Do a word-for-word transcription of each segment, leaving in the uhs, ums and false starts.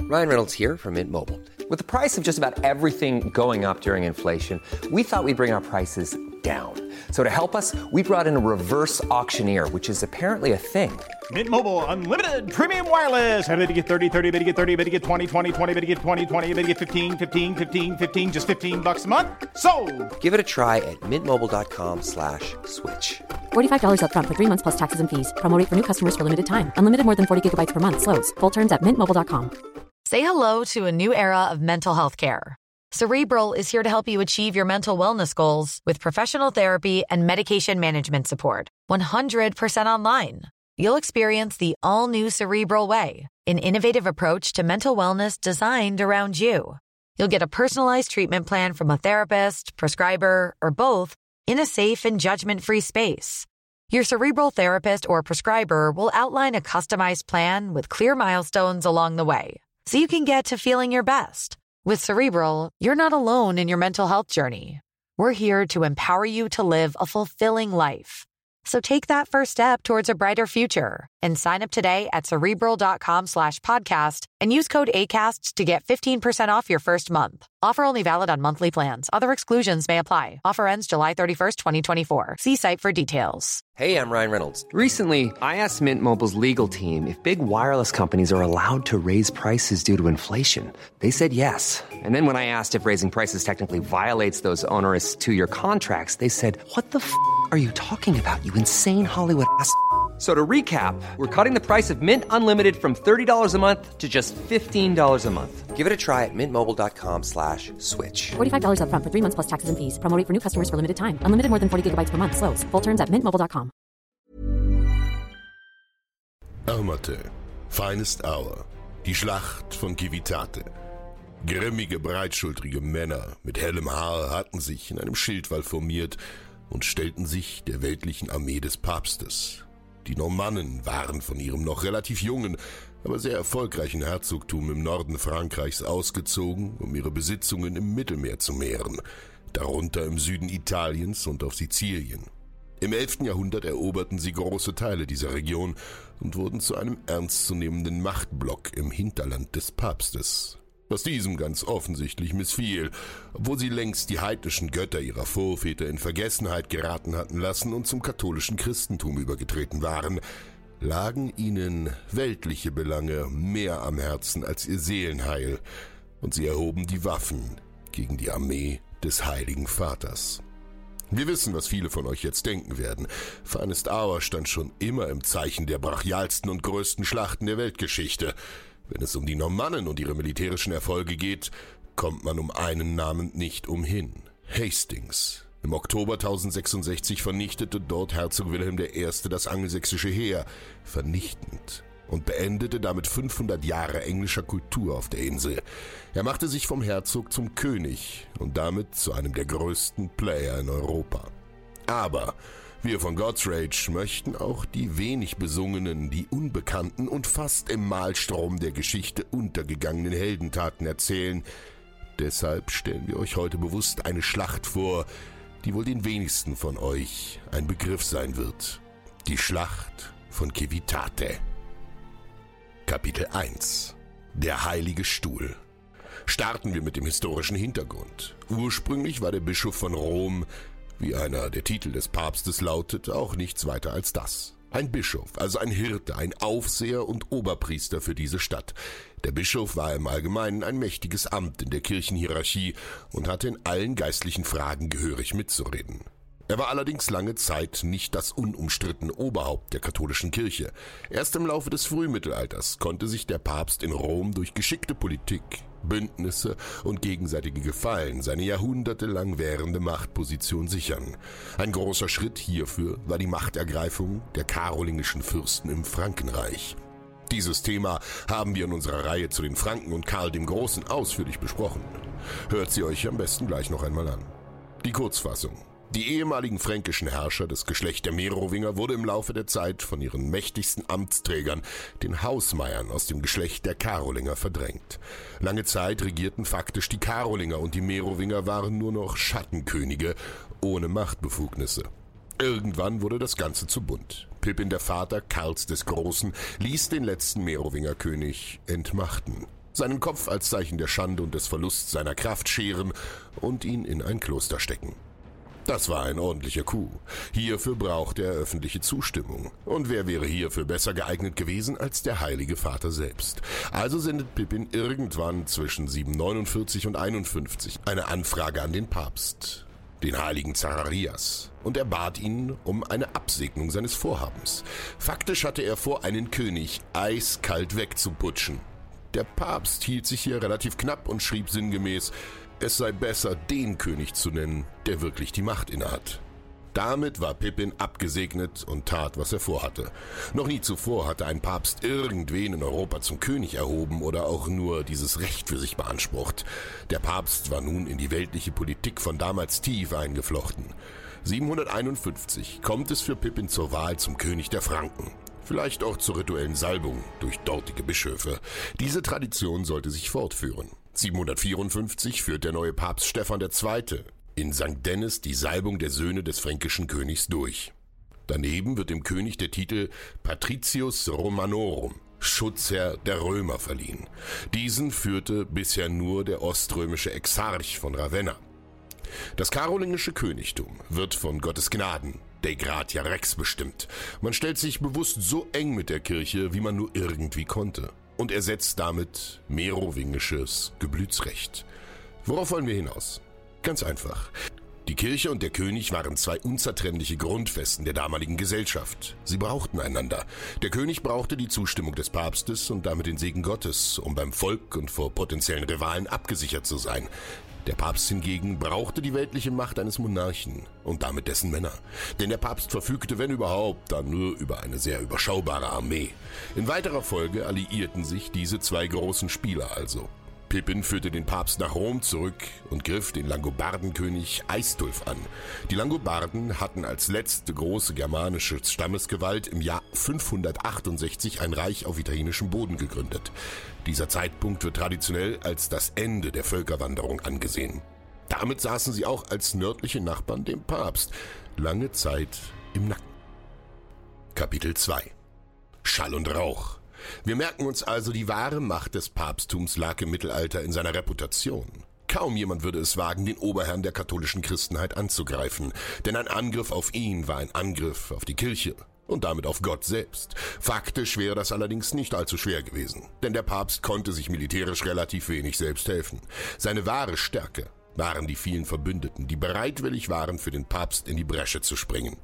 Ryan Reynolds here from Mint Mobile. With the price of just about everything going up during inflation, we thought we'd bring our prices down. So to help us, we brought in a reverse auctioneer, which is apparently a thing. Mint Mobile Unlimited Premium Wireless. How to get thirty, thirty, how to get thirty, how to get twenty, twenty, twenty, how to get twenty, twenty, how to get fifteen, fifteen, fifteen, fifteen, just fifteen bucks a month? Sold! Give it a try at mintmobile.com slash switch. forty-five dollars up front for three months plus taxes and fees. Promo rate for new customers for limited time. Unlimited more than forty gigabytes per month. Slows full terms at mint mobile dot com. Say hello to a new era of mental health care. Cerebral is here to help you achieve your mental wellness goals with professional therapy and medication management support. one hundred percent online. You'll experience the all-new Cerebral Way, an innovative approach to mental wellness designed around you. You'll get a personalized treatment plan from a therapist, prescriber, or both in a safe and judgment-free space. Your Cerebral therapist or prescriber will outline a customized plan with clear milestones along the way, so you can get to feeling your best. With Cerebral, you're not alone in your mental health journey. We're here to empower you to live a fulfilling life. So take that first step towards a brighter future and sign up today at Cerebral.com slash podcast and use code ACAST to get fifteen percent off your first month. Offer only valid on monthly plans. Other exclusions may apply. Offer ends July thirty-first, twenty twenty-four. See site for details. Hey, I'm Ryan Reynolds. Recently, I asked Mint Mobile's legal team if big wireless companies are allowed to raise prices due to inflation. They said yes. And then when I asked if raising prices technically violates those onerous two-year contracts, they said, what the f*** are you talking about, you insane Hollywood ass f- So to recap, we're cutting the price of Mint Unlimited from thirty dollars a month to just fifteen dollars a month. Give it a try at mintmobile.com slash switch. forty-five dollars up front for three months plus taxes and fees. Promo rate for new customers for limited time. Unlimited more than forty gigabytes per month. Slows full terms at mint mobile dot com. Ermate, Finest Hour, die Schlacht von Civitate. Grimmige, breitschultrige Männer mit hellem Haar hatten sich in einem Schildwall formiert und stellten sich der weltlichen Armee des Papstes. Die Normannen waren von ihrem noch relativ jungen, aber sehr erfolgreichen Herzogtum im Norden Frankreichs ausgezogen, um ihre Besitzungen im Mittelmeer zu mehren, darunter im Süden Italiens und auf Sizilien. Im elften Jahrhundert eroberten sie große Teile dieser Region und wurden zu einem ernstzunehmenden Machtblock im Hinterland des Papstes, was diesem ganz offensichtlich missfiel, obwohl sie längst die heidnischen Götter ihrer Vorväter in Vergessenheit geraten hatten lassen und zum katholischen Christentum übergetreten waren, lagen ihnen weltliche Belange mehr am Herzen als ihr Seelenheil, und sie erhoben die Waffen gegen die Armee des Heiligen Vaters. Wir wissen, was viele von euch jetzt denken werden. Finest Hour stand schon immer im Zeichen der brachialsten und größten Schlachten der Weltgeschichte. Wenn es um die Normannen und ihre militärischen Erfolge geht, kommt man um einen Namen nicht umhin. Hastings. Im Oktober tausendsechsundsechzig vernichtete dort Herzog Wilhelm der Erste das angelsächsische Heer, vernichtend, und beendete damit fünfhundert Jahre englischer Kultur auf der Insel. Er machte sich vom Herzog zum König und damit zu einem der größten Player in Europa. Aber wir von God's Rage möchten auch die wenig besungenen, die unbekannten und fast im Malstrom der Geschichte untergegangenen Heldentaten erzählen. Deshalb stellen wir euch heute bewusst eine Schlacht vor, die wohl den wenigsten von euch ein Begriff sein wird. Die Schlacht von Civitate. Kapitel eins. Der Heilige Stuhl. Starten wir mit dem historischen Hintergrund. Ursprünglich war der Bischof von Rom, wie einer der Titel des Papstes lautet, auch nichts weiter als das. Ein Bischof, also ein Hirte, ein Aufseher und Oberpriester für diese Stadt. Der Bischof war im Allgemeinen ein mächtiges Amt in der Kirchenhierarchie und hatte in allen geistlichen Fragen gehörig mitzureden. Er war allerdings lange Zeit nicht das unumstrittene Oberhaupt der katholischen Kirche. Erst im Laufe des Frühmittelalters konnte sich der Papst in Rom durch geschickte Politik, Bündnisse und gegenseitige Gefallen seine jahrhundertelang währende Machtposition sichern. Ein großer Schritt hierfür war die Machtergreifung der karolingischen Fürsten im Frankenreich. Dieses Thema haben wir in unserer Reihe zu den Franken und Karl dem Großen ausführlich besprochen. Hört sie euch am besten gleich noch einmal an. Die Kurzfassung. Die ehemaligen fränkischen Herrscher des Geschlechts der Merowinger wurde im Laufe der Zeit von ihren mächtigsten Amtsträgern, den Hausmeiern aus dem Geschlecht der Karolinger, verdrängt. Lange Zeit regierten faktisch die Karolinger und die Merowinger waren nur noch Schattenkönige ohne Machtbefugnisse. Irgendwann wurde das Ganze zu bunt. Pippin, der Vater Karls des Großen, ließ den letzten Merowingerkönig entmachten. seinen Kopf als Zeichen der Schande und des Verlusts seiner Kraft scheren und ihn in ein Kloster stecken. Das war ein ordentlicher Coup. Hierfür brauchte er öffentliche Zustimmung. Und wer wäre hierfür besser geeignet gewesen als der Heilige Vater selbst? Also sendet Pippin irgendwann zwischen siebenhundertneunundvierzig und einundfünfzig eine Anfrage an den Papst, den heiligen Zacharias, und er bat ihn um eine Absegnung seines Vorhabens. Faktisch hatte er vor, einen König eiskalt wegzuputschen. Der Papst hielt sich hier relativ knapp und schrieb sinngemäß, es sei besser, den König zu nennen, der wirklich die Macht innehat. Damit war Pippin abgesegnet und tat, was er vorhatte. Noch nie zuvor hatte ein Papst irgendwen in Europa zum König erhoben oder auch nur dieses Recht für sich beansprucht. Der Papst war nun in die weltliche Politik von damals tief eingeflochten. siebenhunderteinundfünfzig kommt es für Pippin zur Wahl zum König der Franken. Vielleicht auch zur rituellen Salbung durch dortige Bischöfe. Diese Tradition sollte sich fortführen. siebenhundertvierundfünfzig führt der neue Papst Stephan der Zweite in Sankt Dennis die Salbung der Söhne des fränkischen Königs durch. Daneben wird dem König der Titel Patricius Romanorum, Schutzherr der Römer, verliehen. Diesen führte bisher nur der oströmische Exarch von Ravenna. Das karolingische Königtum wird von Gottes Gnaden, Dei Gratia Rex, bestimmt. Man stellt sich bewusst so eng mit der Kirche, wie man nur irgendwie konnte, und ersetzt damit merowingisches Geblütsrecht. Worauf wollen wir hinaus? Ganz einfach. Die Kirche und der König waren zwei unzertrennliche Grundfesten der damaligen Gesellschaft. Sie brauchten einander. Der König brauchte die Zustimmung des Papstes und damit den Segen Gottes, um beim Volk und vor potenziellen Rivalen abgesichert zu sein. Der Papst hingegen brauchte die weltliche Macht eines Monarchen und damit dessen Männer. Denn der Papst verfügte, wenn überhaupt, dann nur über eine sehr überschaubare Armee. In weiterer Folge alliierten sich diese zwei großen Spieler also. Pippin führte den Papst nach Rom zurück und griff den Langobardenkönig Aistulf an. Die Langobarden hatten als letzte große germanische Stammesgewalt im Jahr fünfhundertachtundsechzig ein Reich auf italienischem Boden gegründet. Dieser Zeitpunkt wird traditionell als das Ende der Völkerwanderung angesehen. Damit saßen sie auch als nördliche Nachbarn dem Papst lange Zeit im Nacken. Kapitel zwei. Schall und Rauch. Wir merken uns also, die wahre Macht des Papsttums lag im Mittelalter in seiner Reputation. Kaum jemand würde es wagen, den Oberherrn der katholischen Christenheit anzugreifen, denn ein Angriff auf ihn war ein Angriff auf die Kirche und damit auf Gott selbst. Faktisch wäre das allerdings nicht allzu schwer gewesen, denn der Papst konnte sich militärisch relativ wenig selbst helfen. Seine wahre Stärke waren die vielen Verbündeten, die bereitwillig waren, für den Papst in die Bresche zu springen.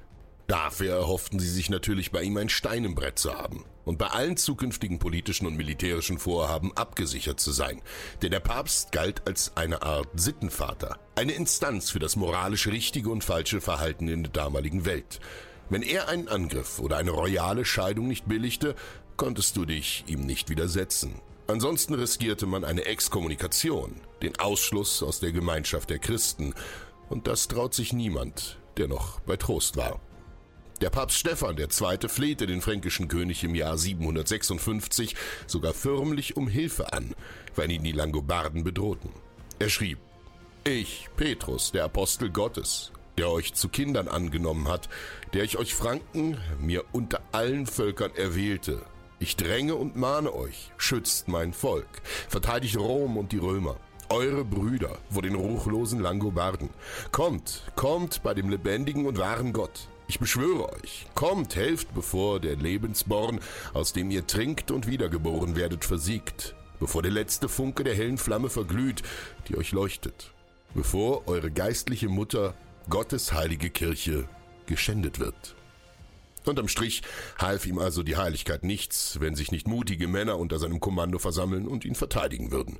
Dafür erhofften sie sich natürlich, bei ihm ein Stein im Brett zu haben und bei allen zukünftigen politischen und militärischen Vorhaben abgesichert zu sein. Denn der Papst galt als eine Art Sittenvater, eine Instanz für das moralisch richtige und falsche Verhalten in der damaligen Welt. Wenn er einen Angriff oder eine royale Scheidung nicht billigte, konntest du dich ihm nicht widersetzen. Ansonsten riskierte man eine Exkommunikation, den Ausschluss aus der Gemeinschaft der Christen. Und das traut sich niemand, der noch bei Trost war. Der Papst Stephan der Zweite flehte den fränkischen König im Jahr siebenhundertsechsundfünfzig sogar förmlich um Hilfe an, weil ihn die Langobarden bedrohten. Er schrieb: Ich, Petrus, der Apostel Gottes, der euch zu Kindern angenommen hat, der ich euch Franken mir unter allen Völkern erwählte. Ich dränge und mahne euch, schützt mein Volk, verteidigt Rom und die Römer, eure Brüder vor den ruchlosen Langobarden. Kommt, kommt bei dem lebendigen und wahren Gott. Ich beschwöre euch, kommt, helft, bevor der Lebensborn, aus dem ihr trinkt und wiedergeboren werdet, versiegt, bevor der letzte Funke der hellen Flamme verglüht, die euch leuchtet, bevor eure geistliche Mutter, Gottes heilige Kirche, geschändet wird. Unterm Strich half ihm also die Heiligkeit nichts, wenn sich nicht mutige Männer unter seinem Kommando versammeln und ihn verteidigen würden.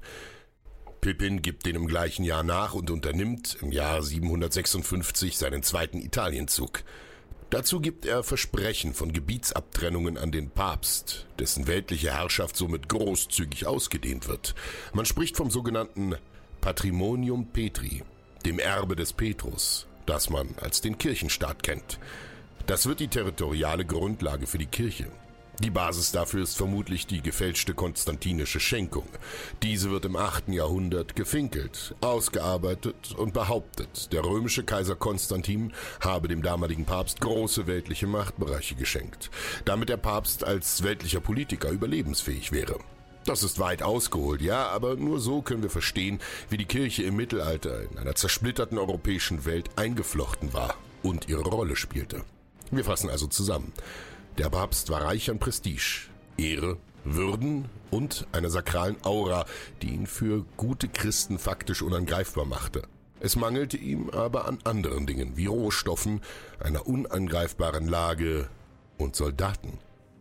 Pippin gibt den im gleichen Jahr nach und unternimmt im Jahr siebenhundertsechsundfünfzig seinen zweiten Italienzug. Dazu gibt er Versprechen von Gebietsabtrennungen an den Papst, dessen weltliche Herrschaft somit großzügig ausgedehnt wird. Man spricht vom sogenannten Patrimonium Petri, dem Erbe des Petrus, das man als den Kirchenstaat kennt. Das wird die territoriale Grundlage für die Kirche. Die Basis dafür ist vermutlich die gefälschte konstantinische Schenkung. Diese wird im achten Jahrhundert gefinkelt, ausgearbeitet und behauptet, der römische Kaiser Konstantin habe dem damaligen Papst große weltliche Machtbereiche geschenkt, damit der Papst als weltlicher Politiker überlebensfähig wäre. Das ist weit ausgeholt, ja, aber nur so können wir verstehen, wie die Kirche im Mittelalter in einer zersplitterten europäischen Welt eingeflochten war und ihre Rolle spielte. Wir fassen also zusammen. Der Papst war reich an Prestige, Ehre, Würden und einer sakralen Aura, die ihn für gute Christen faktisch unangreifbar machte. Es mangelte ihm aber an anderen Dingen, wie Rohstoffen, einer unangreifbaren Lage und Soldaten.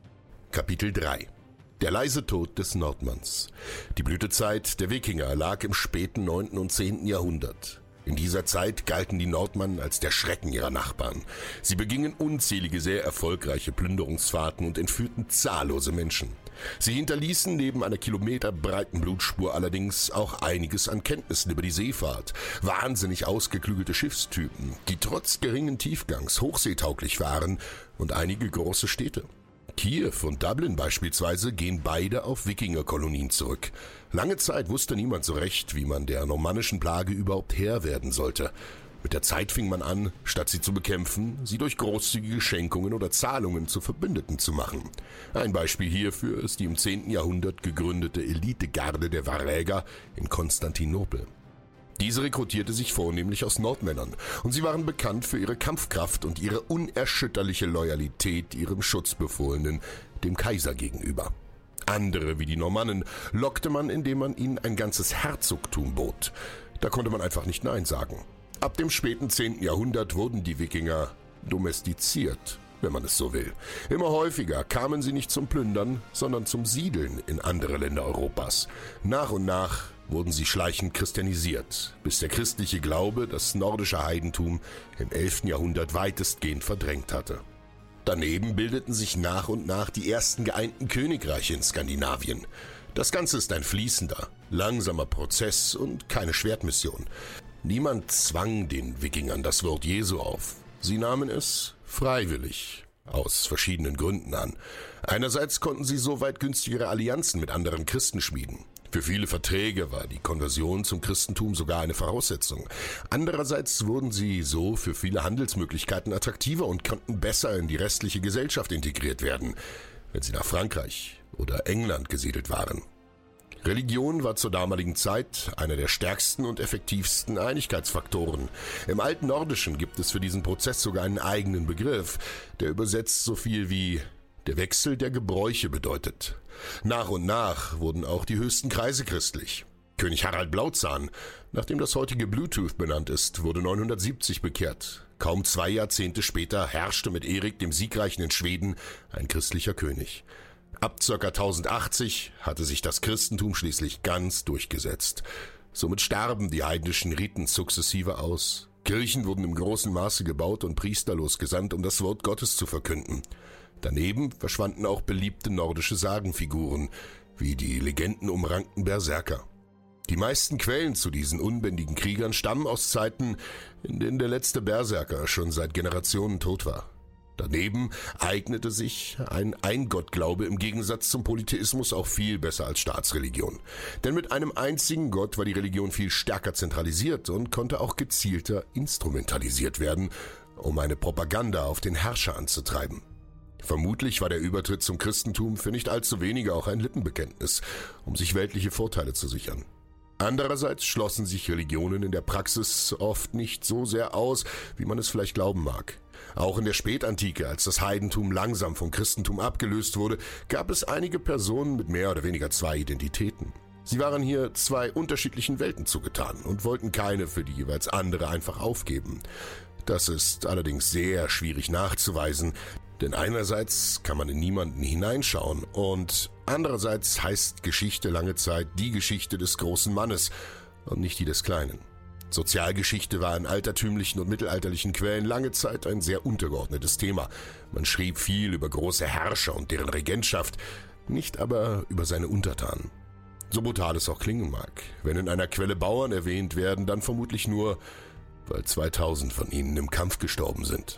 Kapitel drei. Der leise Tod des Nordmanns. Die Blütezeit der Wikinger lag im späten neunten und zehnten Jahrhundert. In dieser Zeit galten die Nordmannen als der Schrecken ihrer Nachbarn. Sie begingen unzählige sehr erfolgreiche Plünderungsfahrten und entführten zahllose Menschen. Sie hinterließen neben einer kilometerbreiten Blutspur allerdings auch einiges an Kenntnissen über die Seefahrt, wahnsinnig ausgeklügelte Schiffstypen, die trotz geringen Tiefgangs hochseetauglich waren, und einige große Städte. Kiew und Dublin beispielsweise gehen beide auf Wikingerkolonien zurück. Lange Zeit wusste niemand so recht, wie man der normannischen Plage überhaupt Herr werden sollte. Mit der Zeit fing man an, statt sie zu bekämpfen, sie durch großzügige Schenkungen oder Zahlungen zu Verbündeten zu machen. Ein Beispiel hierfür ist die im zehnten Jahrhundert gegründete Elitegarde der Varäger in Konstantinopel. Diese rekrutierte sich vornehmlich aus Nordmännern, und sie waren bekannt für ihre Kampfkraft und ihre unerschütterliche Loyalität ihrem Schutzbefohlenen, dem Kaiser gegenüber. Andere, wie die Normannen, lockte man, indem man ihnen ein ganzes Herzogtum bot. Da konnte man einfach nicht Nein sagen. Ab dem späten zehnten Jahrhundert wurden die Wikinger domestiziert, wenn man es so will. Immer häufiger kamen sie nicht zum Plündern, sondern zum Siedeln in andere Länder Europas. Nach und nach wurden sie schleichend christianisiert, bis der christliche Glaube das nordische Heidentum im elften Jahrhundert weitestgehend verdrängt hatte. Daneben bildeten sich nach und nach die ersten geeinten Königreiche in Skandinavien. Das Ganze ist ein fließender, langsamer Prozess und keine Schwertmission. Niemand zwang den Wikingern das Wort Jesu auf. Sie nahmen es freiwillig, aus verschiedenen Gründen an. Einerseits konnten sie so weit günstigere Allianzen mit anderen Christen schmieden. Für viele Verträge war die Konversion zum Christentum sogar eine Voraussetzung. Andererseits wurden sie so für viele Handelsmöglichkeiten attraktiver und konnten besser in die restliche Gesellschaft integriert werden, wenn sie nach Frankreich oder England gesiedelt waren. Religion war zur damaligen Zeit einer der stärksten und effektivsten Einigkeitsfaktoren. Im alten Nordischen gibt es für diesen Prozess sogar einen eigenen Begriff, der übersetzt so viel wie der Wechsel der Gebräuche bedeutet. Nach und nach wurden auch die höchsten Kreise christlich. König Harald Blauzahn, nach dem das heutige Bluetooth benannt ist, wurde neunhundertsiebzig bekehrt. Kaum zwei Jahrzehnte später herrschte mit Erik dem Siegreichen in Schweden ein christlicher König. Ab ca. tausendachtzig hatte sich das Christentum schließlich ganz durchgesetzt. Somit starben die heidnischen Riten sukzessive aus. Kirchen wurden im großen Maße gebaut und Priester losgesandt, um das Wort Gottes zu verkünden. Daneben verschwanden auch beliebte nordische Sagenfiguren, wie die legendenumrankten Berserker. Die meisten Quellen zu diesen unbändigen Kriegern stammen aus Zeiten, in denen der letzte Berserker schon seit Generationen tot war. Daneben eignete sich ein Eingottglaube im Gegensatz zum Polytheismus auch viel besser als Staatsreligion. Denn mit einem einzigen Gott war die Religion viel stärker zentralisiert und konnte auch gezielter instrumentalisiert werden, um eine Propaganda auf den Herrscher anzutreiben. Vermutlich war der Übertritt zum Christentum für nicht allzu wenige auch ein Lippenbekenntnis, um sich weltliche Vorteile zu sichern. Andererseits schlossen sich Religionen in der Praxis oft nicht so sehr aus, wie man es vielleicht glauben mag. Auch in der Spätantike, als das Heidentum langsam vom Christentum abgelöst wurde, gab es einige Personen mit mehr oder weniger zwei Identitäten. Sie waren hier zwei unterschiedlichen Welten zugetan und wollten keine für die jeweils andere einfach aufgeben. Das ist allerdings sehr schwierig nachzuweisen, denn einerseits kann man in niemanden hineinschauen und andererseits heißt Geschichte lange Zeit die Geschichte des großen Mannes und nicht die des Kleinen. Sozialgeschichte war in altertümlichen und mittelalterlichen Quellen lange Zeit ein sehr untergeordnetes Thema. Man schrieb viel über große Herrscher und deren Regentschaft, nicht aber über seine Untertanen. So brutal es auch klingen mag, wenn in einer Quelle Bauern erwähnt werden, dann vermutlich nur, weil zweitausend von ihnen im Kampf gestorben sind.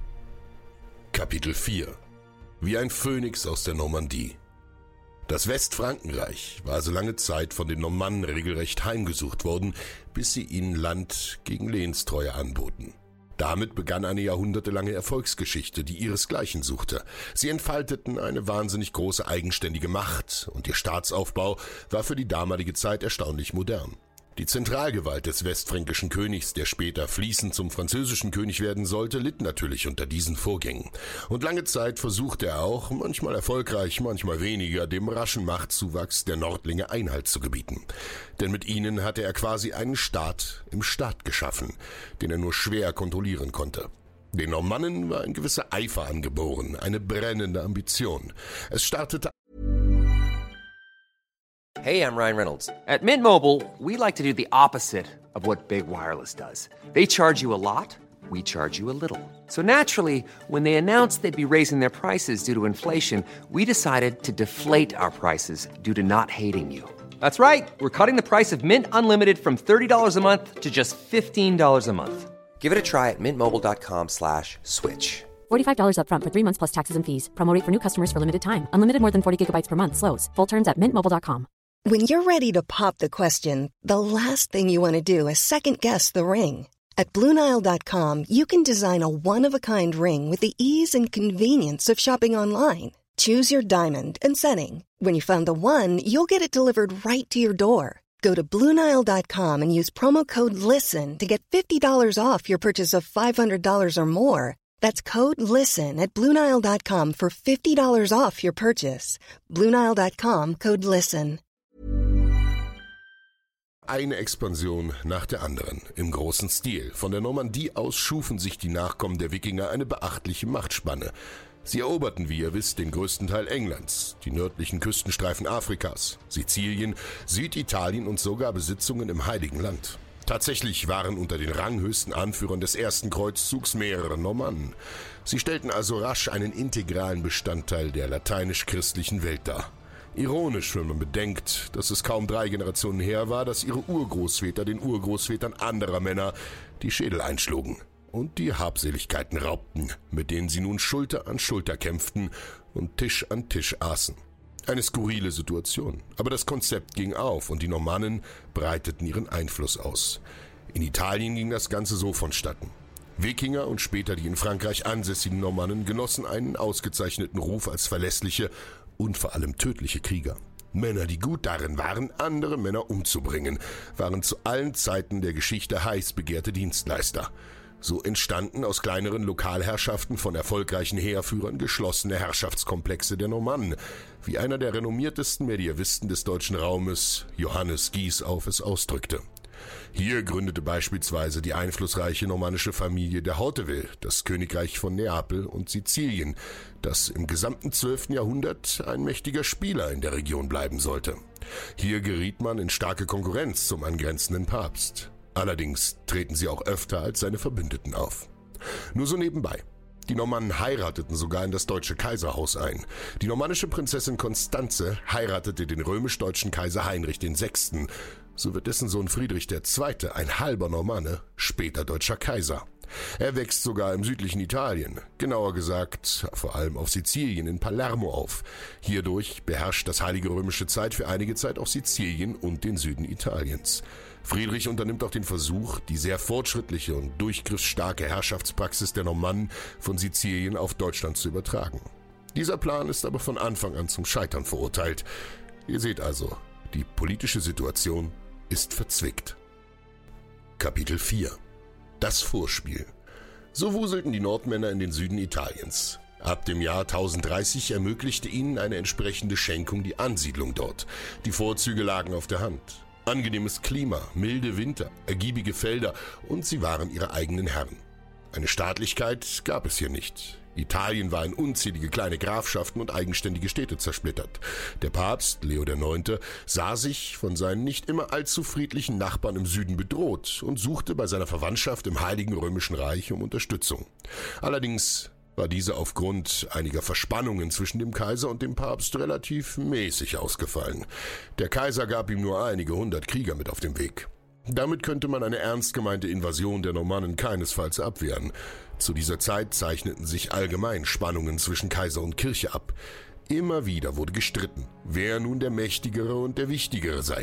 Kapitel vier. Wie ein Phönix aus der Normandie. Das Westfrankenreich war also lange Zeit von den Normannen regelrecht heimgesucht worden, bis sie ihnen Land gegen Lehnstreue anboten. Damit begann eine jahrhundertelange Erfolgsgeschichte, die ihresgleichen suchte. Sie entfalteten eine wahnsinnig große eigenständige Macht und ihr Staatsaufbau war für die damalige Zeit erstaunlich modern. Die Zentralgewalt des westfränkischen Königs, der später fließend zum französischen König werden sollte, litt natürlich unter diesen Vorgängen. Und lange Zeit versuchte er auch, manchmal erfolgreich, manchmal weniger, dem raschen Machtzuwachs der Nordlinge Einhalt zu gebieten. Denn mit ihnen hatte er quasi einen Staat im Staat geschaffen, den er nur schwer kontrollieren konnte. Den Normannen war ein gewisser Eifer angeboren, eine brennende Ambition. Es startete Hey, I'm Ryan Reynolds. At Mint Mobile, we like to do the opposite of what Big Wireless does. They charge you a lot, we charge you a little. So naturally, when they announced they'd be raising their prices due to inflation, we decided to deflate our prices due to not hating you. That's right. We're cutting the price of Mint Unlimited from thirty dollars a month to just fifteen dollars a month. Give it a try at mintmobile.com slash switch. forty-five dollars up front for three months plus taxes and fees. Promo rate for new customers for limited time. Unlimited more than forty gigabytes per month slows. Full terms at mint mobile dot com. When you're ready to pop the question, the last thing you want to do is second-guess the ring. At Blue Nile dot com, you can design a one-of-a-kind ring with the ease and convenience of shopping online. Choose your diamond and setting. When you find the one, you'll get it delivered right to your door. Go to Blue Nile dot com and use promo code LISTEN to get fifty dollars off your purchase of five hundred dollars or more. That's code LISTEN at Blue Nile dot com for fifty dollars off your purchase. Blue Nile dot com, code LISTEN. Eine Expansion nach der anderen, im großen Stil. Von der Normandie aus schufen sich die Nachkommen der Wikinger eine beachtliche Machtspanne. Sie eroberten, wie ihr wisst, den größten Teil Englands, die nördlichen Küstenstreifen Afrikas, Sizilien, Süditalien und sogar Besitzungen im Heiligen Land. Tatsächlich waren unter den ranghöchsten Anführern des ersten Kreuzzugs mehrere Normannen. Sie stellten also rasch einen integralen Bestandteil der lateinisch-christlichen Welt dar. Ironisch, wenn man bedenkt, dass es kaum drei Generationen her war, dass ihre Urgroßväter den Urgroßvätern anderer Männer die Schädel einschlugen und die Habseligkeiten raubten, mit denen sie nun Schulter an Schulter kämpften und Tisch an Tisch aßen. Eine skurrile Situation, aber das Konzept ging auf und die Normannen breiteten ihren Einfluss aus. In Italien ging das Ganze so vonstatten. Wikinger und später die in Frankreich ansässigen Normannen genossen einen ausgezeichneten Ruf als verlässliche und vor allem tödliche Krieger. Männer, die gut darin waren, andere Männer umzubringen, waren zu allen Zeiten der Geschichte heiß begehrte Dienstleister. So entstanden aus kleineren Lokalherrschaften von erfolgreichen Heerführern geschlossene Herrschaftskomplexe der Normannen, wie einer der renommiertesten Mediävisten des deutschen Raumes, Johannes Giesauf, es ausdrückte. Hier gründete beispielsweise die einflussreiche normannische Familie der Hauteville das Königreich von Neapel und Sizilien, das im gesamten zwölften Jahrhundert ein mächtiger Spieler in der Region bleiben sollte. Hier geriet man in starke Konkurrenz zum angrenzenden Papst. Allerdings treten sie auch öfter als seine Verbündeten auf. Nur so nebenbei. Die Normannen heirateten sogar in das deutsche Kaiserhaus ein. Die normannische Prinzessin Konstanze heiratete den römisch-deutschen Kaiser Heinrich der Sechste., so wird dessen Sohn Friedrich der Zweite., ein halber Normanne, später deutscher Kaiser. Er wächst sogar im südlichen Italien, genauer gesagt vor allem auf Sizilien in Palermo auf. Hierdurch beherrscht das Heilige Römische Zeit für einige Zeit auch Sizilien und den Süden Italiens. Friedrich unternimmt auch den Versuch, die sehr fortschrittliche und durchgriffsstarke Herrschaftspraxis der Normannen von Sizilien auf Deutschland zu übertragen. Dieser Plan ist aber von Anfang an zum Scheitern verurteilt. Ihr seht also, die politische Situation ist verzwickt. Kapitel vier. Das Vorspiel. So wuselten die Nordmänner in den Süden Italiens. Ab dem Jahr tausenddreißig ermöglichte ihnen eine entsprechende Schenkung die Ansiedlung dort. Die Vorzüge lagen auf der Hand. Angenehmes Klima, milde Winter, ergiebige Felder und sie waren ihre eigenen Herren. Eine Staatlichkeit gab es hier nicht. Italien war in unzählige kleine Grafschaften und eigenständige Städte zersplittert. Der Papst, Leo der Neunte, sah sich von seinen nicht immer allzu friedlichen Nachbarn im Süden bedroht und suchte bei seiner Verwandtschaft im Heiligen Römischen Reich um Unterstützung. Allerdings war diese aufgrund einiger Verspannungen zwischen dem Kaiser und dem Papst relativ mäßig ausgefallen. Der Kaiser gab ihm nur einige hundert Krieger mit auf den Weg. Damit könnte man eine ernst gemeinte Invasion der Normannen keinesfalls abwehren. Zu dieser Zeit zeichneten sich allgemein Spannungen zwischen Kaiser und Kirche ab. Immer wieder wurde gestritten, wer nun der Mächtigere und der Wichtigere sei.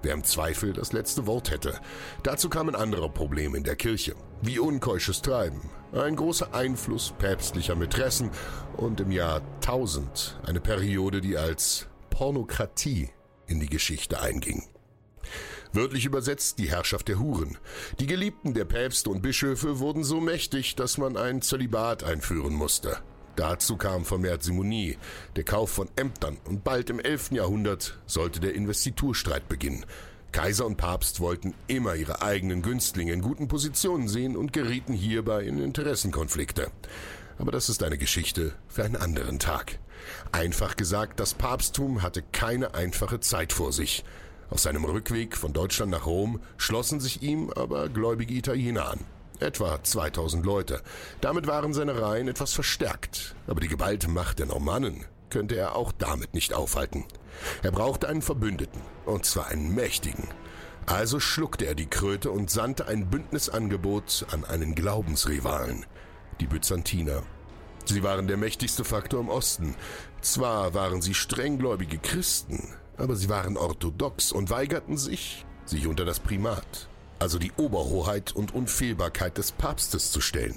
wer im Zweifel das letzte Wort hätte. Dazu kamen andere Probleme in der Kirche, wie unkeusches Treiben, ein großer Einfluss päpstlicher Mätressen und im Jahr tausend eine Periode, die als Pornokratie in die Geschichte einging. Wörtlich übersetzt die Herrschaft der Huren. Die Geliebten der Päpste und Bischöfe wurden so mächtig, dass man ein Zölibat einführen musste. Dazu kam vermehrt Simonie, der Kauf von Ämtern, und bald im elften Jahrhundert sollte der Investiturstreit beginnen. Kaiser und Papst wollten immer ihre eigenen Günstlinge in guten Positionen sehen und gerieten hierbei in Interessenkonflikte. Aber das ist eine Geschichte für einen anderen Tag. Einfach gesagt, das Papsttum hatte keine einfache Zeit vor sich. Auf seinem Rückweg von Deutschland nach Rom schlossen sich ihm aber gläubige Italiener an. Etwa zweitausend Leute. Damit waren seine Reihen etwas verstärkt. Aber die geballte Macht der Normannen könnte er auch damit nicht aufhalten. Er brauchte einen Verbündeten, und zwar einen mächtigen. Also schluckte er die Kröte und sandte ein Bündnisangebot an einen Glaubensrivalen, die Byzantiner. Sie waren der mächtigste Faktor im Osten. Zwar waren sie strenggläubige Christen, aber sie waren orthodox und weigerten sich, sich unter das Primat, also die Oberhoheit und Unfehlbarkeit des Papstes, zu stellen.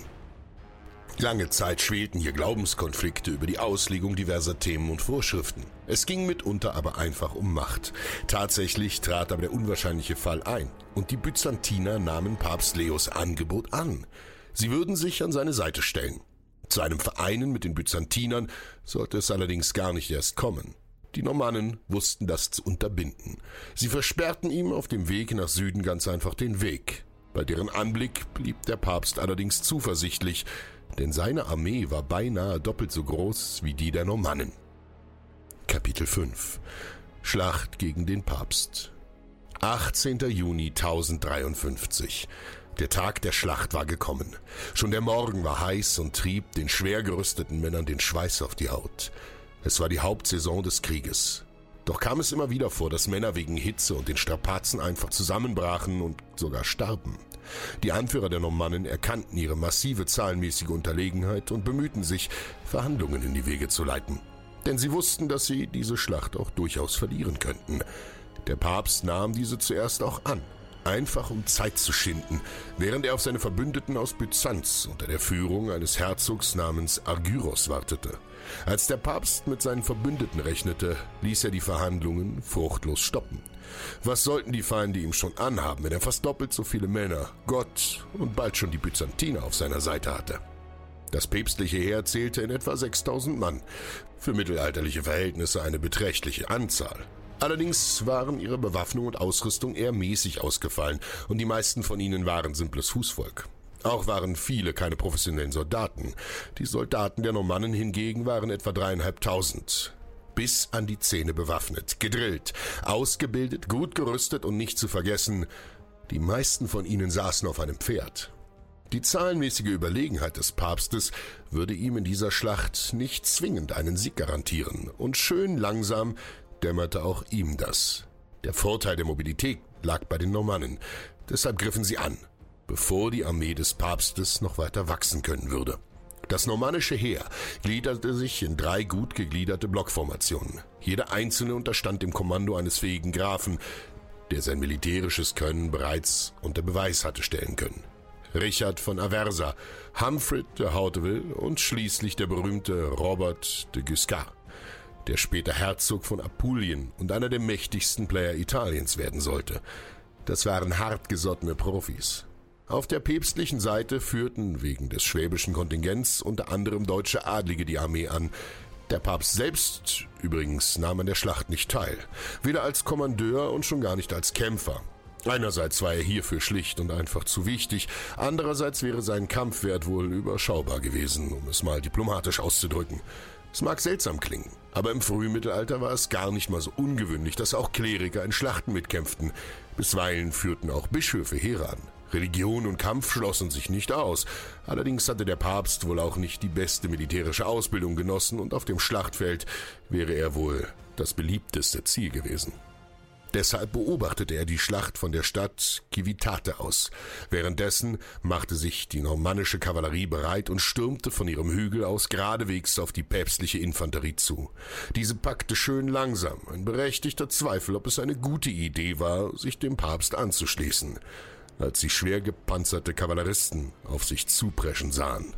Lange Zeit schwelten hier Glaubenskonflikte über die Auslegung diverser Themen und Vorschriften. Es ging mitunter aber einfach um Macht. Tatsächlich trat aber der unwahrscheinliche Fall ein, und die Byzantiner nahmen Papst Leos Angebot an. Sie würden sich an seine Seite stellen. Zu einem Vereinen mit den Byzantinern sollte es allerdings gar nicht erst kommen. Die Normannen wussten das zu unterbinden. Sie versperrten ihm auf dem Weg nach Süden ganz einfach den Weg. Bei deren Anblick blieb der Papst allerdings zuversichtlich, denn seine Armee war beinahe doppelt so groß wie die der Normannen. Kapitel fünf. Schlacht gegen den Papst. achtzehnter Juni tausenddreiundfünfzig. Der Tag der Schlacht war gekommen. Schon der Morgen war heiß und trieb den schwer gerüsteten Männern den Schweiß auf die Haut. Es war die Hauptsaison des Krieges. Doch kam es immer wieder vor, dass Männer wegen Hitze und den Strapazen einfach zusammenbrachen und sogar starben. Die Anführer der Normannen erkannten ihre massive zahlenmäßige Unterlegenheit und bemühten sich, Verhandlungen in die Wege zu leiten. Denn sie wussten, dass sie diese Schlacht auch durchaus verlieren könnten. Der Papst nahm diese zuerst auch an, einfach um Zeit zu schinden, während er auf seine Verbündeten aus Byzanz unter der Führung eines Herzogs namens Argyros wartete. Als der Papst mit seinen Verbündeten rechnete, ließ er die Verhandlungen fruchtlos stoppen. Was sollten die Feinde ihm schon anhaben, wenn er fast doppelt so viele Männer, Gott und bald schon die Byzantiner auf seiner Seite hatte? Das päpstliche Heer zählte in etwa sechstausend Mann, für mittelalterliche Verhältnisse eine beträchtliche Anzahl. Allerdings waren ihre Bewaffnung und Ausrüstung eher mäßig ausgefallen und die meisten von ihnen waren simples Fußvolk. Auch waren viele keine professionellen Soldaten. Die Soldaten der Normannen hingegen waren etwa dreieinhalbtausend. Bis an die Zähne bewaffnet, gedrillt, ausgebildet, gut gerüstet und nicht zu vergessen, die meisten von ihnen saßen auf einem Pferd. Die zahlenmäßige Überlegenheit des Papstes würde ihm in dieser Schlacht nicht zwingend einen Sieg garantieren, und schön langsam dämmerte auch ihm das. Der Vorteil der Mobilität lag bei den Normannen, deshalb griffen sie an, bevor die Armee des Papstes noch weiter wachsen können würde. Das normannische Heer gliederte sich in drei gut gegliederte Blockformationen. Jeder einzelne unterstand dem Kommando eines fähigen Grafen, der sein militärisches Können bereits unter Beweis hatte stellen können. Richard von Aversa, Humphrey de Hauteville und schließlich der berühmte Robert de Guiscard, der später Herzog von Apulien und einer der mächtigsten Player Italiens werden sollte. Das waren hartgesottene Profis. Auf der päpstlichen Seite führten wegen des schwäbischen Kontingents unter anderem deutsche Adlige die Armee an. Der Papst selbst übrigens nahm an der Schlacht nicht teil, weder als Kommandeur und schon gar nicht als Kämpfer. Einerseits war er hierfür schlicht und einfach zu wichtig, andererseits wäre sein Kampfwert wohl überschaubar gewesen, um es mal diplomatisch auszudrücken. Es mag seltsam klingen, aber im Frühmittelalter war es gar nicht mal so ungewöhnlich, dass auch Kleriker in Schlachten mitkämpften. Bisweilen führten auch Bischöfe Heere an. Religion und Kampf schlossen sich nicht aus. Allerdings hatte der Papst wohl auch nicht die beste militärische Ausbildung genossen und auf dem Schlachtfeld wäre er wohl das beliebteste Ziel gewesen. Deshalb beobachtete er die Schlacht von der Stadt Civitate aus. Währenddessen machte sich die normannische Kavallerie bereit und stürmte von ihrem Hügel aus geradewegs auf die päpstliche Infanterie zu. Diese packte schön langsam, ein berechtigter Zweifel, ob es eine gute Idee war, sich dem Papst anzuschließen, als sie schwer gepanzerte Kavalleristen auf sich zupreschen sahen.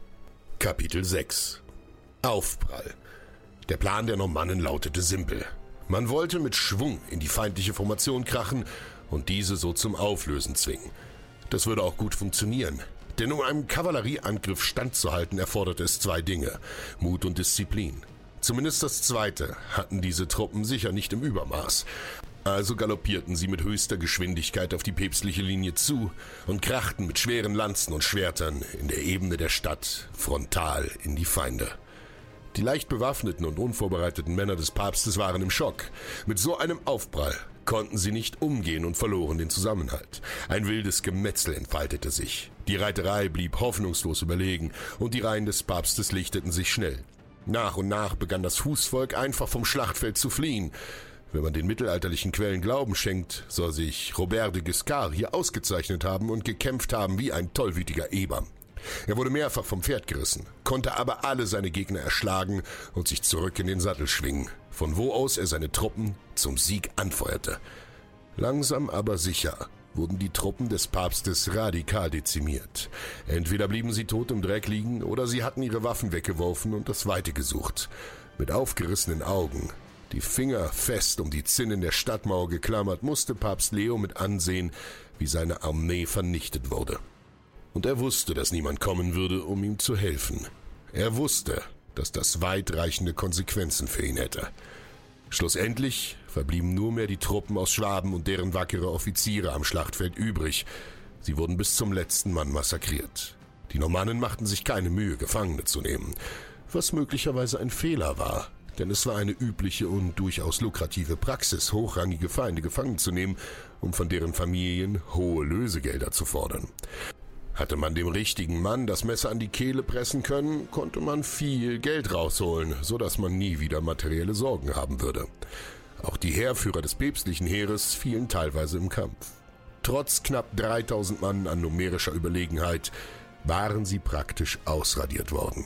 Kapitel sechs. Aufprall. Der Plan der Normannen lautete simpel. Man wollte mit Schwung in die feindliche Formation krachen und diese so zum Auflösen zwingen. Das würde auch gut funktionieren, denn um einem Kavallerieangriff standzuhalten, erforderte es zwei Dinge: Mut und Disziplin. Zumindest das Zweite hatten diese Truppen sicher nicht im Übermaß. Also galoppierten sie mit höchster Geschwindigkeit auf die päpstliche Linie zu und krachten mit schweren Lanzen und Schwertern in der Ebene der Stadt frontal in die Feinde. Die leicht bewaffneten und unvorbereiteten Männer des Papstes waren im Schock. Mit so einem Aufprall konnten sie nicht umgehen und verloren den Zusammenhalt. Ein wildes Gemetzel entfaltete sich. Die Reiterei blieb hoffnungslos überlegen und die Reihen des Papstes lichteten sich schnell. Nach und nach begann das Fußvolk einfach vom Schlachtfeld zu fliehen. Wenn man den mittelalterlichen Quellen Glauben schenkt, soll sich Robert de Guiscard hier ausgezeichnet haben und gekämpft haben wie ein tollwütiger Eber. Er wurde mehrfach vom Pferd gerissen, konnte aber alle seine Gegner erschlagen und sich zurück in den Sattel schwingen, von wo aus er seine Truppen zum Sieg anfeuerte. Langsam aber sicher wurden die Truppen des Papstes radikal dezimiert. Entweder blieben sie tot im Dreck liegen oder sie hatten ihre Waffen weggeworfen und das Weite gesucht. Mit aufgerissenen Augen, die Finger fest um die Zinnen der Stadtmauer geklammert, musste Papst Leo mit ansehen, wie seine Armee vernichtet wurde. Und er wusste, dass niemand kommen würde, um ihm zu helfen. Er wusste, dass das weitreichende Konsequenzen für ihn hätte. Schlussendlich verblieben nur mehr die Truppen aus Schwaben und deren wackere Offiziere am Schlachtfeld übrig. Sie wurden bis zum letzten Mann massakriert. Die Normannen machten sich keine Mühe, Gefangene zu nehmen, was möglicherweise ein Fehler war, denn es war eine übliche und durchaus lukrative Praxis, hochrangige Feinde gefangen zu nehmen, um von deren Familien hohe Lösegelder zu fordern. Hatte man dem richtigen Mann das Messer an die Kehle pressen können, konnte man viel Geld rausholen, so dass man nie wieder materielle Sorgen haben würde. Auch die Heerführer des päpstlichen Heeres fielen teilweise im Kampf. Trotz knapp dreitausend Mann an numerischer Überlegenheit waren sie praktisch ausradiert worden.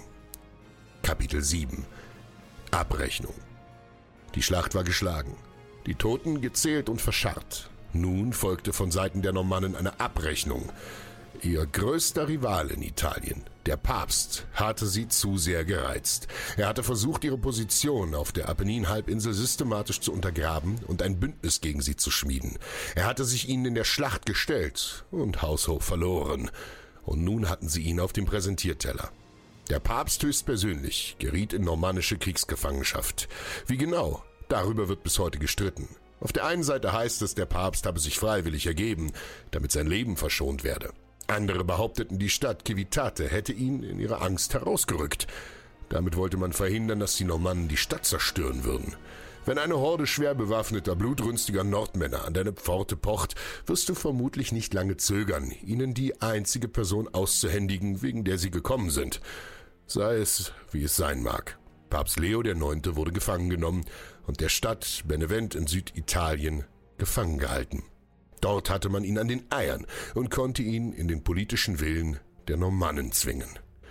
Kapitel sieben. Abrechnung. Die Schlacht war geschlagen, die Toten gezählt und verscharrt. Nun folgte von Seiten der Normannen eine Abrechnung. Ihr größter Rivale in Italien, der Papst, hatte sie zu sehr gereizt. Er hatte versucht, ihre Position auf der Apenninhalbinsel systematisch zu untergraben und ein Bündnis gegen sie zu schmieden. Er hatte sich ihnen in der Schlacht gestellt und haushoch verloren. Und nun hatten sie ihn auf dem Präsentierteller. Der Papst höchstpersönlich geriet in normannische Kriegsgefangenschaft. Wie genau? Darüber wird bis heute gestritten. Auf der einen Seite heißt es, der Papst habe sich freiwillig ergeben, damit sein Leben verschont werde. Andere behaupteten, die Stadt Civitate hätte ihn in ihrer Angst herausgerückt. Damit wollte man verhindern, dass die Normannen die Stadt zerstören würden. Wenn eine Horde schwer bewaffneter, blutrünstiger Nordmänner an deine Pforte pocht, wirst du vermutlich nicht lange zögern, ihnen die einzige Person auszuhändigen, wegen der sie gekommen sind. Sei es, wie es sein mag. Papst Leo der Neunte wurde gefangen genommen und der Stadt Benevent in Süditalien gefangen gehalten. Dort hatte man ihn an den Eiern und konnte ihn in den politischen Willen der Normannen zwingen.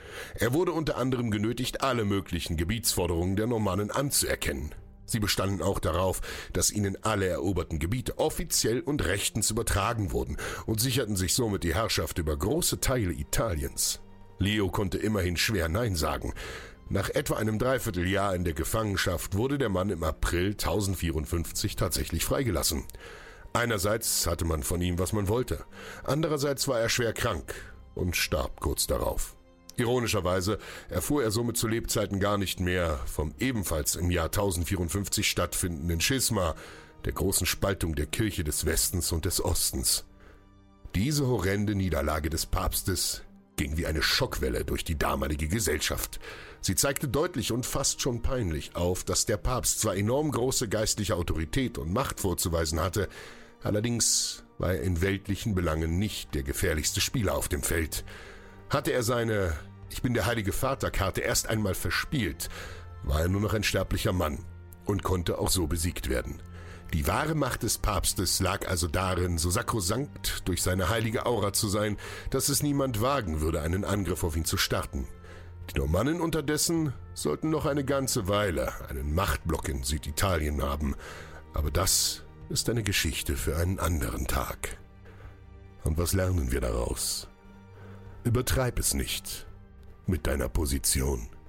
Er wurde unter anderem genötigt, alle möglichen Gebietsforderungen der Normannen anzuerkennen. Sie bestanden auch darauf, dass ihnen alle eroberten Gebiete offiziell und rechtens übertragen wurden und sicherten sich somit die Herrschaft über große Teile Italiens. Leo konnte immerhin schwer Nein sagen. Nach etwa einem Dreivierteljahr in der Gefangenschaft wurde der Mann im April tausendvierundfünfzig tatsächlich freigelassen. Einerseits hatte man von ihm, was man wollte. Andererseits war er schwer krank und starb kurz darauf. Ironischerweise erfuhr er somit zu Lebzeiten gar nicht mehr vom ebenfalls im Jahr tausendvierundfünfzig stattfindenden Schisma, der großen Spaltung der Kirche des Westens und des Ostens. Diese horrende Niederlage des Papstes ging wie eine Schockwelle durch die damalige Gesellschaft. Sie zeigte deutlich und fast schon peinlich auf, dass der Papst zwar enorm große geistliche Autorität und Macht vorzuweisen hatte, allerdings war er in weltlichen Belangen nicht der gefährlichste Spieler auf dem Feld. Hatte er seine »Ich bin der Heilige Vater«-Karte erst einmal verspielt, war er nur noch ein sterblicher Mann und konnte auch so besiegt werden. Die wahre Macht des Papstes lag also darin, so sakrosankt durch seine heilige Aura zu sein, dass es niemand wagen würde, einen Angriff auf ihn zu starten. Die Normannen unterdessen sollten noch eine ganze Weile einen Machtblock in Süditalien haben, aber das ist eine Geschichte für einen anderen Tag. Und was lernen wir daraus? Übertreib es nicht mit deiner Position.